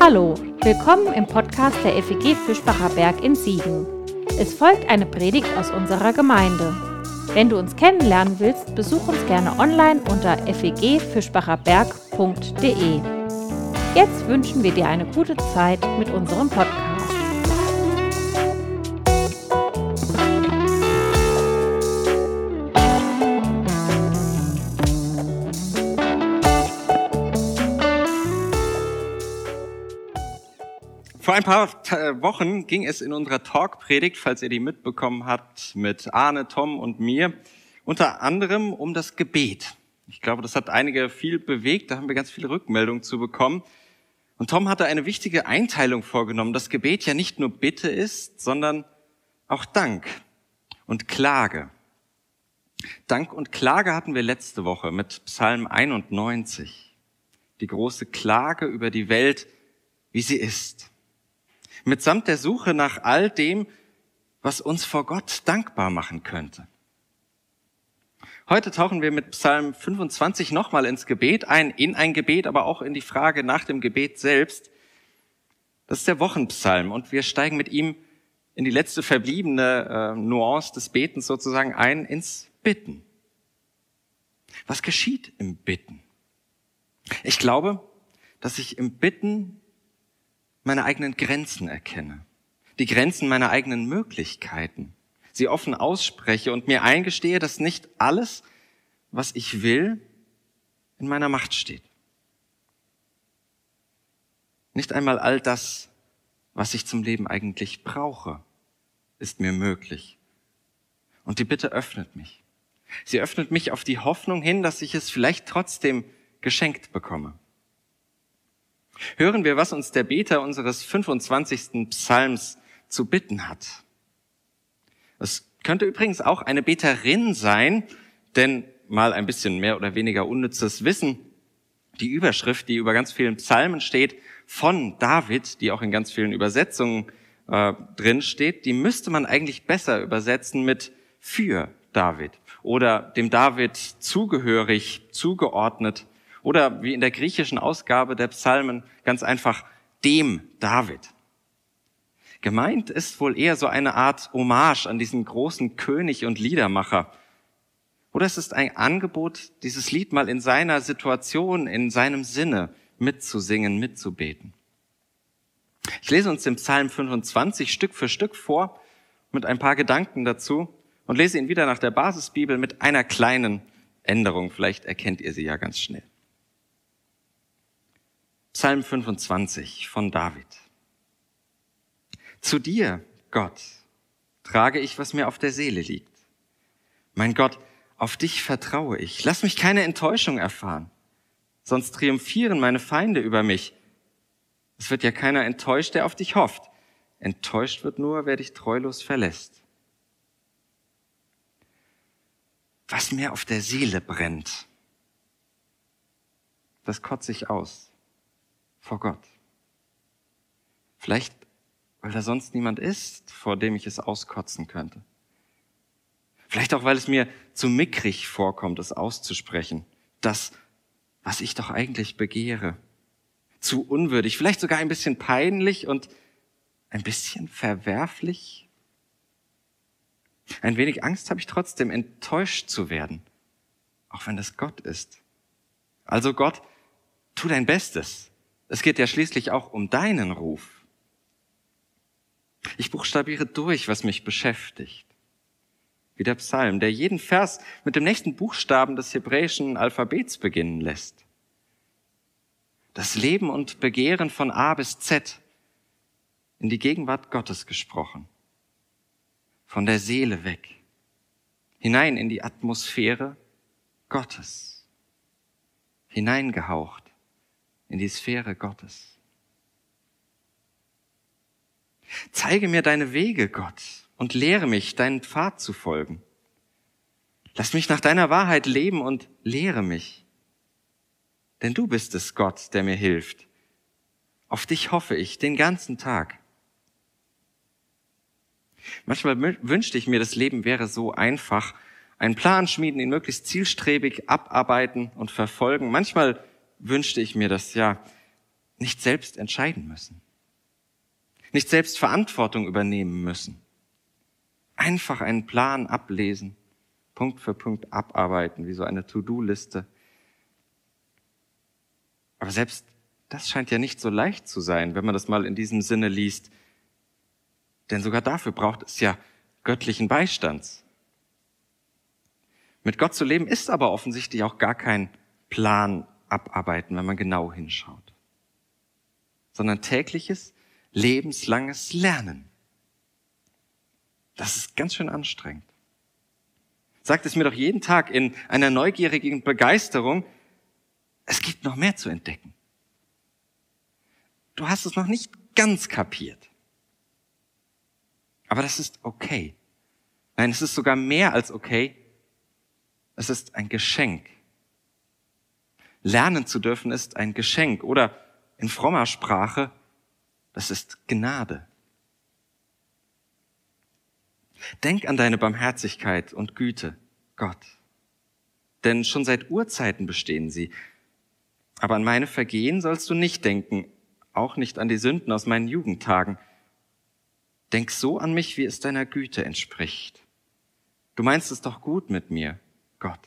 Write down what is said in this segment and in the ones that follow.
Hallo, willkommen im Podcast der FEG Fischbacher Berg in Siegen. Es folgt eine Predigt aus unserer Gemeinde. Wenn du uns kennenlernen willst, besuch uns gerne online unter fegfischbacherberg.de. Jetzt wünschen wir dir eine gute Zeit mit unserem Podcast. Vor ein paar Wochen ging es in unserer Talk-Predigt, falls ihr die mitbekommen habt, mit Arne, Tom und mir, unter anderem um das Gebet. Ich glaube, das hat einige viel bewegt, da haben wir ganz viele Rückmeldungen zu bekommen. Und Tom hatte eine wichtige Einteilung vorgenommen, dass Gebet ja nicht nur Bitte ist, sondern auch Dank und Klage. Dank und Klage hatten wir letzte Woche mit Psalm 91. Die große Klage über die Welt, wie sie ist. Mitsamt der Suche nach all dem, was uns vor Gott dankbar machen könnte. Heute tauchen wir mit Psalm 25 nochmal ins Gebet ein, in ein Gebet, aber auch in die Frage nach dem Gebet selbst. Das ist der Wochenpsalm und wir steigen mit ihm in die letzte verbliebene Nuance des Betens sozusagen ein, ins Bitten. Was geschieht im Bitten? Ich glaube, dass ich im Bitten meine eigenen Grenzen erkenne, die Grenzen meiner eigenen Möglichkeiten, sie offen ausspreche und mir eingestehe, dass nicht alles, was ich will, in meiner Macht steht. Nicht einmal all das, was ich zum Leben eigentlich brauche, ist mir möglich. Und die Bitte öffnet mich. Sie öffnet mich auf die Hoffnung hin, dass ich es vielleicht trotzdem geschenkt bekomme. Hören wir, was uns der Beter unseres 25. Psalms zu bitten hat. Es könnte übrigens auch eine Beterin sein, denn mal ein bisschen mehr oder weniger unnützes Wissen. Die Überschrift, die über ganz vielen Psalmen steht, von David, die auch in ganz vielen Übersetzungen drin steht, die müsste man eigentlich besser übersetzen mit für David oder dem David zugehörig, zugeordnet. Oder wie in der griechischen Ausgabe der Psalmen ganz einfach dem David. Gemeint ist wohl eher so eine Art Hommage an diesen großen König und Liedermacher. Oder es ist ein Angebot, dieses Lied mal in seiner Situation, in seinem Sinne mitzusingen, mitzubeten. Ich lese uns den Psalm 25 Stück für Stück vor mit ein paar Gedanken dazu und lese ihn wieder nach der Basisbibel mit einer kleinen Änderung. Vielleicht erkennt ihr sie ja ganz schnell. Psalm 25 von David. Zu dir, Gott, trage ich, was mir auf der Seele liegt. Mein Gott, auf dich vertraue ich. Lass mich keine Enttäuschung erfahren, sonst triumphieren meine Feinde über mich. Es wird ja keiner enttäuscht, der auf dich hofft. Enttäuscht wird nur, wer dich treulos verlässt. Was mir auf der Seele brennt, das kotze ich aus. Vor Gott. Vielleicht, weil da sonst niemand ist, vor dem ich es auskotzen könnte. Vielleicht auch, weil es mir zu mickrig vorkommt, es auszusprechen. Das, was ich doch eigentlich begehre. Zu unwürdig, vielleicht sogar ein bisschen peinlich und ein bisschen verwerflich. Ein wenig Angst habe ich trotzdem, enttäuscht zu werden. Auch wenn das Gott ist. Also Gott, tu dein Bestes. Es geht ja schließlich auch um deinen Ruf. Ich buchstabiere durch, was mich beschäftigt. Wie der Psalm, der jeden Vers mit dem nächsten Buchstaben des hebräischen Alphabets beginnen lässt. Das Leben und Begehren von A bis Z in die Gegenwart Gottes gesprochen. Von der Seele weg. Hinein in die Atmosphäre Gottes. Hineingehaucht. In die Sphäre Gottes. Zeige mir deine Wege, Gott, und lehre mich, deinen Pfad zu folgen. Lass mich nach deiner Wahrheit leben und lehre mich. Denn du bist es, Gott, der mir hilft. Auf dich hoffe ich den ganzen Tag. Manchmal wünschte ich mir, das Leben wäre so einfach. Einen Plan schmieden, ihn möglichst zielstrebig abarbeiten und verfolgen. Manchmal wünschte ich mir das, ja, nicht selbst entscheiden müssen, nicht selbst Verantwortung übernehmen müssen. Einfach einen Plan ablesen, Punkt für Punkt abarbeiten, wie so eine To-Do-Liste. Aber selbst das scheint ja nicht so leicht zu sein, wenn man das mal in diesem Sinne liest. Denn sogar dafür braucht es ja göttlichen Beistands. Mit Gott zu leben ist aber offensichtlich auch gar kein Plan abarbeiten, wenn man genau hinschaut, sondern tägliches, lebenslanges Lernen. Das ist ganz schön anstrengend. Sagt es mir doch jeden Tag in einer neugierigen Begeisterung, es gibt noch mehr zu entdecken. Du hast es noch nicht ganz kapiert. Aber das ist okay. Nein, es ist sogar mehr als okay. Es ist ein Geschenk. Lernen zu dürfen ist ein Geschenk. Oder in frommer Sprache, das ist Gnade. Denk an deine Barmherzigkeit und Güte, Gott. Denn schon seit Urzeiten bestehen sie. Aber an meine Vergehen sollst du nicht denken, auch nicht an die Sünden aus meinen Jugendtagen. Denk so an mich, wie es deiner Güte entspricht. Du meinst es doch gut mit mir, Gott.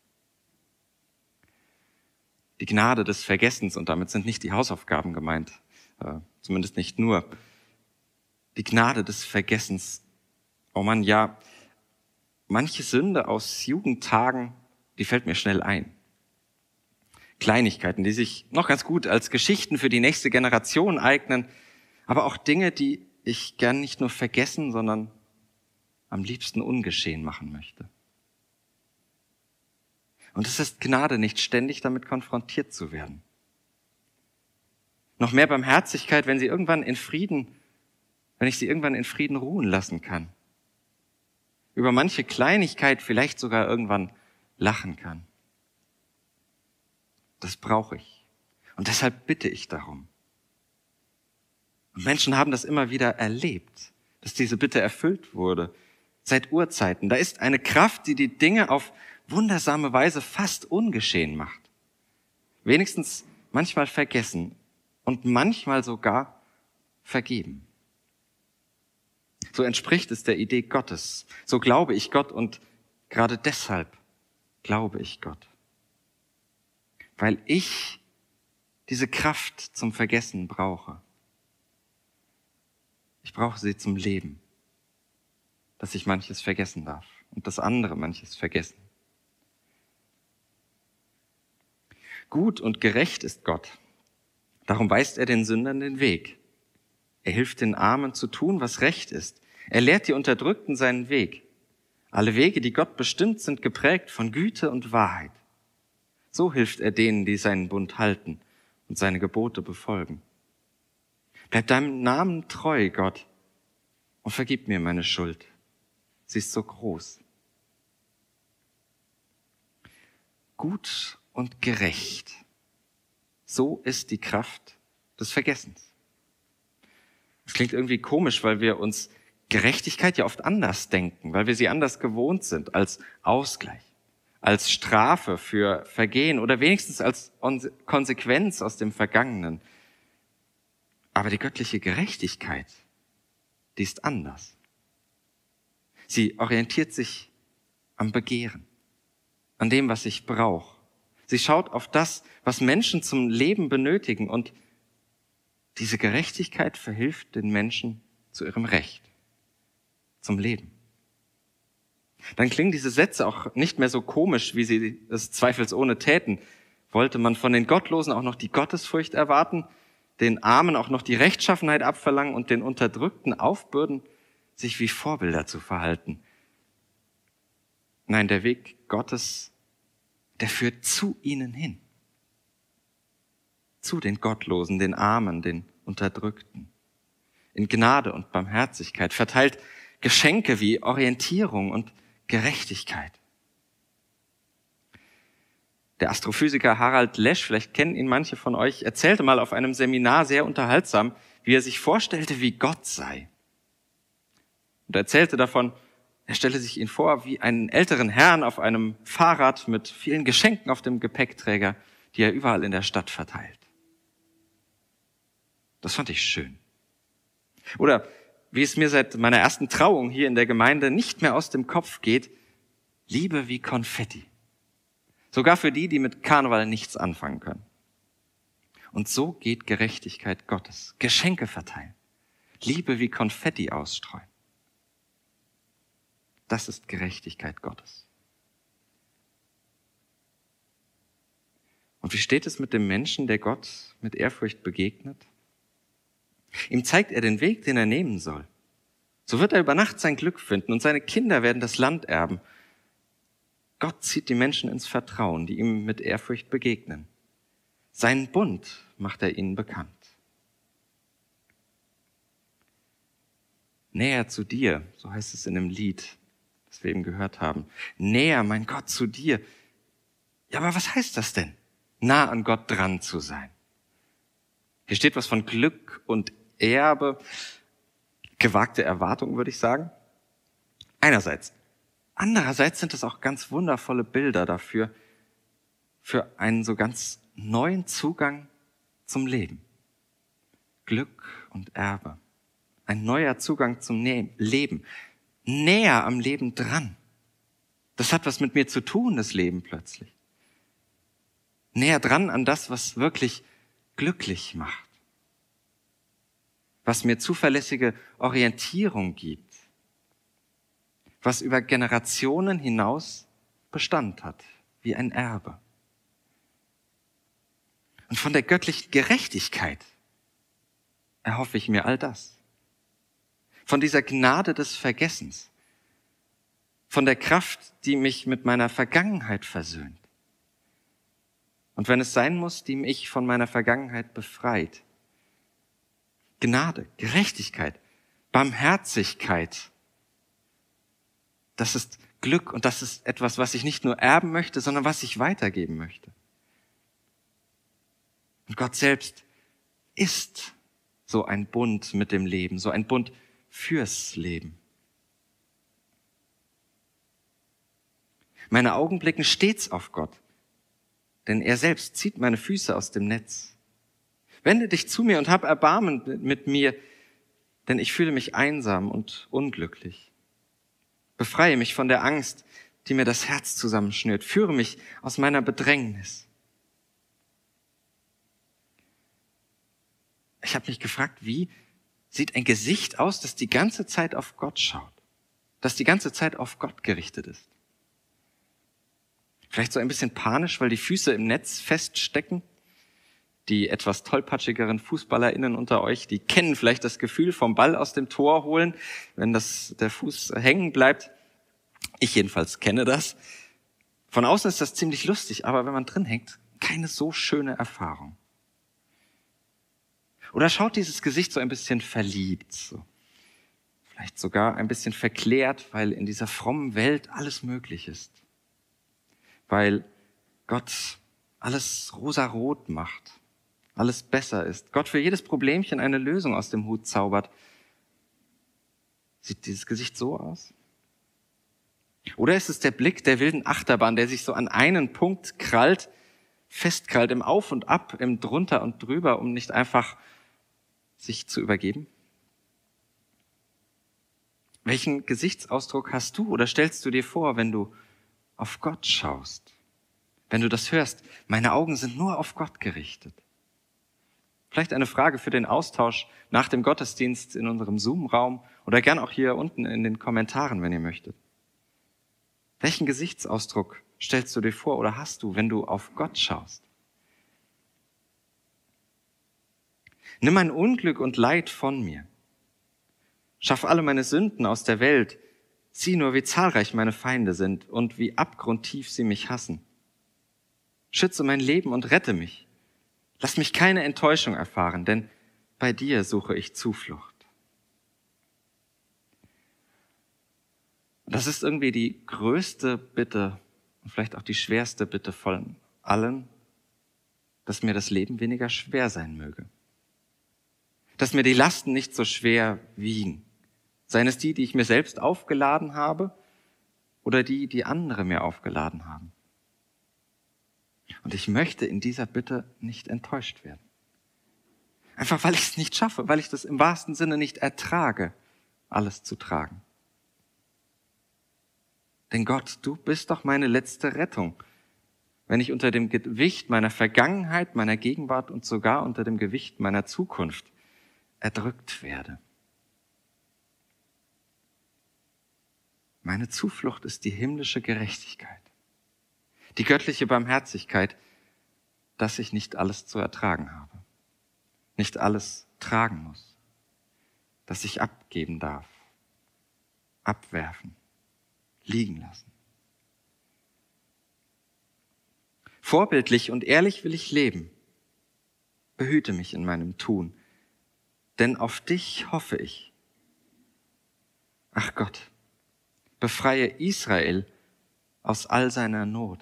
Die Gnade des Vergessens, und damit sind nicht die Hausaufgaben gemeint, zumindest nicht nur. Die Gnade des Vergessens. Oh Mann, ja, manche Sünde aus Jugendtagen, die fällt mir schnell ein. Kleinigkeiten, die sich noch ganz gut als Geschichten für die nächste Generation eignen, aber auch Dinge, die ich gern nicht nur vergessen, sondern am liebsten ungeschehen machen möchte. Und es ist Gnade, nicht ständig damit konfrontiert zu werden. Noch mehr Barmherzigkeit, wenn ich sie irgendwann in Frieden ruhen lassen kann. Über manche Kleinigkeit vielleicht sogar irgendwann lachen kann. Das brauche ich. Und deshalb bitte ich darum. Und Menschen haben das immer wieder erlebt, dass diese Bitte erfüllt wurde. Seit Urzeiten. Da ist eine Kraft, die die Dinge auf wundersame Weise fast ungeschehen macht. Wenigstens manchmal vergessen und manchmal sogar vergeben. So entspricht es der Idee Gottes. So glaube ich Gott und gerade deshalb glaube ich Gott. Weil ich diese Kraft zum Vergessen brauche. Ich brauche sie zum Leben, dass ich manches vergessen darf und dass andere manches vergessen. Gut und gerecht ist Gott. Darum weist er den Sündern den Weg. Er hilft den Armen zu tun, was recht ist. Er lehrt die Unterdrückten seinen Weg. Alle Wege, die Gott bestimmt, sind geprägt von Güte und Wahrheit. So hilft er denen, die seinen Bund halten und seine Gebote befolgen. Bleib deinem Namen treu, Gott, und vergib mir meine Schuld. Sie ist so groß. Gut und gerecht. So ist die Kraft des Vergessens. Es klingt irgendwie komisch, weil wir uns Gerechtigkeit ja oft anders denken, weil wir sie anders gewohnt sind, als Ausgleich, als Strafe für Vergehen oder wenigstens als Konsequenz aus dem Vergangenen. Aber die göttliche Gerechtigkeit, die ist anders. Sie orientiert sich am Begehren, an dem, was ich brauche. Sie schaut auf das, was Menschen zum Leben benötigen, und diese Gerechtigkeit verhilft den Menschen zu ihrem Recht, zum Leben. Dann klingen diese Sätze auch nicht mehr so komisch, wie sie es zweifelsohne täten. Wollte man von den Gottlosen auch noch die Gottesfurcht erwarten, den Armen auch noch die Rechtschaffenheit abverlangen und den Unterdrückten aufbürden, sich wie Vorbilder zu verhalten? Nein, der Weg Gottes, der führt zu ihnen hin. Zu den Gottlosen, den Armen, den Unterdrückten. In Gnade und Barmherzigkeit verteilt Geschenke wie Orientierung und Gerechtigkeit. Der Astrophysiker Harald Lesch, vielleicht kennen ihn manche von euch, erzählte mal auf einem Seminar sehr unterhaltsam, wie er sich vorstellte, wie Gott sei. Und er erzählte davon, er stelle sich ihn vor wie einen älteren Herrn auf einem Fahrrad mit vielen Geschenken auf dem Gepäckträger, die er überall in der Stadt verteilt. Das fand ich schön. Oder wie es mir seit meiner ersten Trauung hier in der Gemeinde nicht mehr aus dem Kopf geht, Liebe wie Konfetti. Sogar für die, die mit Karneval nichts anfangen können. Und so geht Gerechtigkeit Gottes. Geschenke verteilen. Liebe wie Konfetti ausstreuen. Das ist Gerechtigkeit Gottes. Und wie steht es mit dem Menschen, der Gott mit Ehrfurcht begegnet? Ihm zeigt er den Weg, den er nehmen soll. So wird er über Nacht sein Glück finden und seine Kinder werden das Land erben. Gott zieht die Menschen ins Vertrauen, die ihm mit Ehrfurcht begegnen. Seinen Bund macht er ihnen bekannt. Näher zu dir, so heißt es in dem Lied, das wir eben gehört haben. Näher, mein Gott, zu dir. Ja, aber was heißt das denn? Nah an Gott dran zu sein. Hier steht was von Glück und Erbe, gewagte Erwartungen, würde ich sagen. Einerseits. Andererseits sind es auch ganz wundervolle Bilder dafür, für einen so ganz neuen Zugang zum Leben. Glück und Erbe. Ein neuer Zugang zum Leben. Näher am Leben dran. Das hat was mit mir zu tun, das Leben plötzlich. Näher dran an das, was wirklich glücklich macht. Was mir zuverlässige Orientierung gibt. Was über Generationen hinaus Bestand hat, wie ein Erbe. Und von der göttlichen Gerechtigkeit erhoffe ich mir all das. Von dieser Gnade des Vergessens. Von der Kraft, die mich mit meiner Vergangenheit versöhnt. Und wenn es sein muss, die mich von meiner Vergangenheit befreit. Gnade, Gerechtigkeit, Barmherzigkeit. Das ist Glück und das ist etwas, was ich nicht nur erben möchte, sondern was ich weitergeben möchte. Und Gott selbst ist so ein Bund mit dem Leben, so ein Bund fürs Leben. Meine Augen blicken stets auf Gott, denn er selbst zieht meine Füße aus dem Netz. Wende dich zu mir und hab Erbarmen mit mir, denn ich fühle mich einsam und unglücklich. Befreie mich von der Angst, die mir das Herz zusammenschnürt. Führe mich aus meiner Bedrängnis. Ich habe mich gefragt, wie sieht ein Gesicht aus, das die ganze Zeit auf Gott schaut, das die ganze Zeit auf Gott gerichtet ist? Vielleicht so ein bisschen panisch, weil die Füße im Netz feststecken. Die etwas tollpatschigeren FußballerInnen unter euch, die kennen vielleicht das Gefühl vom Ball aus dem Tor holen, wenn der Fuß hängen bleibt. Ich jedenfalls kenne das. Von außen ist das ziemlich lustig, aber wenn man drin hängt, keine so schöne Erfahrung. Oder schaut dieses Gesicht so ein bisschen verliebt, so. Vielleicht sogar ein bisschen verklärt, weil in dieser frommen Welt alles möglich ist. Weil Gott alles rosarot macht. Alles besser ist. Gott für jedes Problemchen eine Lösung aus dem Hut zaubert. Sieht dieses Gesicht so aus? Oder ist es der Blick der wilden Achterbahn, der sich so an einen Punkt krallt, festkrallt im Auf und Ab, im Drunter und Drüber, um nicht einfach sich zu übergeben? Welchen Gesichtsausdruck hast du oder stellst du dir vor, wenn du auf Gott schaust? Wenn du das hörst, meine Augen sind nur auf Gott gerichtet. Vielleicht eine Frage für den Austausch nach dem Gottesdienst in unserem Zoom-Raum oder gern auch hier unten in den Kommentaren, wenn ihr möchtet. Welchen Gesichtsausdruck stellst du dir vor oder hast du, wenn du auf Gott schaust? Nimm mein Unglück und Leid von mir. Schaff alle meine Sünden aus der Welt. Sieh nur, wie zahlreich meine Feinde sind und wie abgrundtief sie mich hassen. Schütze mein Leben und rette mich. Lass mich keine Enttäuschung erfahren, denn bei dir suche ich Zuflucht. Das ist irgendwie die größte Bitte und vielleicht auch die schwerste Bitte von allen, dass mir das Leben weniger schwer sein möge. Dass mir die Lasten nicht so schwer wiegen. Seien es die ich mir selbst aufgeladen habe oder die andere mir aufgeladen haben. Und ich möchte in dieser Bitte nicht enttäuscht werden. Einfach weil ich es nicht schaffe, weil ich das im wahrsten Sinne nicht ertrage, alles zu tragen. Denn Gott, du bist doch meine letzte Rettung, wenn ich unter dem Gewicht meiner Vergangenheit, meiner Gegenwart und sogar unter dem Gewicht meiner Zukunft erdrückt werde. Meine Zuflucht ist die himmlische Gerechtigkeit, die göttliche Barmherzigkeit, dass ich nicht alles zu ertragen habe, nicht alles tragen muss, dass ich abgeben darf, abwerfen, liegen lassen. Vorbildlich und ehrlich will ich leben. Behüte mich in meinem Tun, denn auf dich hoffe ich. Ach Gott, befreie Israel aus all seiner Not.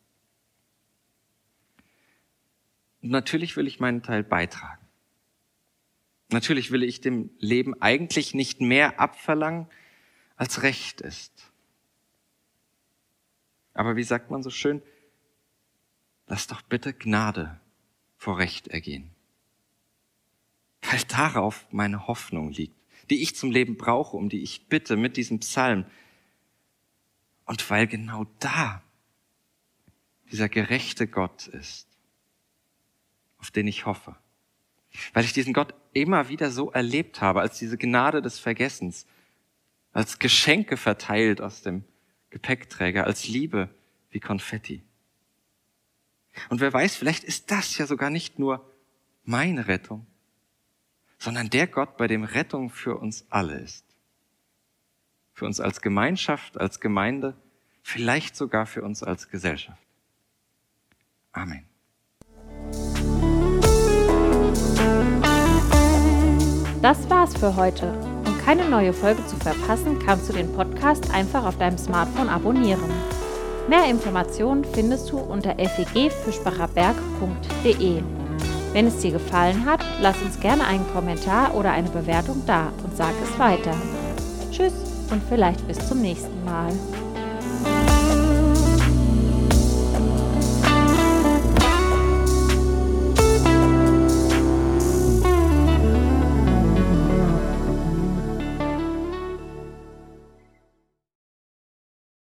Und natürlich will ich meinen Teil beitragen. Natürlich will ich dem Leben eigentlich nicht mehr abverlangen, als recht ist. Aber wie sagt man so schön, lass doch bitte Gnade vor Recht ergehen. Weil darauf meine Hoffnung liegt, die ich zum Leben brauche, um die ich bitte mit diesem Psalm. Und weil genau da dieser gerechte Gott ist, auf den ich hoffe. Weil ich diesen Gott immer wieder so erlebt habe, als diese Gnade des Vergessens, als Geschenke verteilt aus dem Gepäckträger, als Liebe wie Konfetti. Und wer weiß, vielleicht ist das ja sogar nicht nur meine Rettung, sondern der Gott, bei dem Rettung für uns alle ist. Für uns als Gemeinschaft, als Gemeinde, vielleicht sogar für uns als Gesellschaft. Amen. Das war's für heute. Um keine neue Folge zu verpassen, kannst du den Podcast einfach auf deinem Smartphone abonnieren. Mehr Informationen findest du unter fegfischbacherberg.de. Wenn es dir gefallen hat, lass uns gerne einen Kommentar oder eine Bewertung da und sag es weiter. Tschüss und vielleicht bis zum nächsten Mal.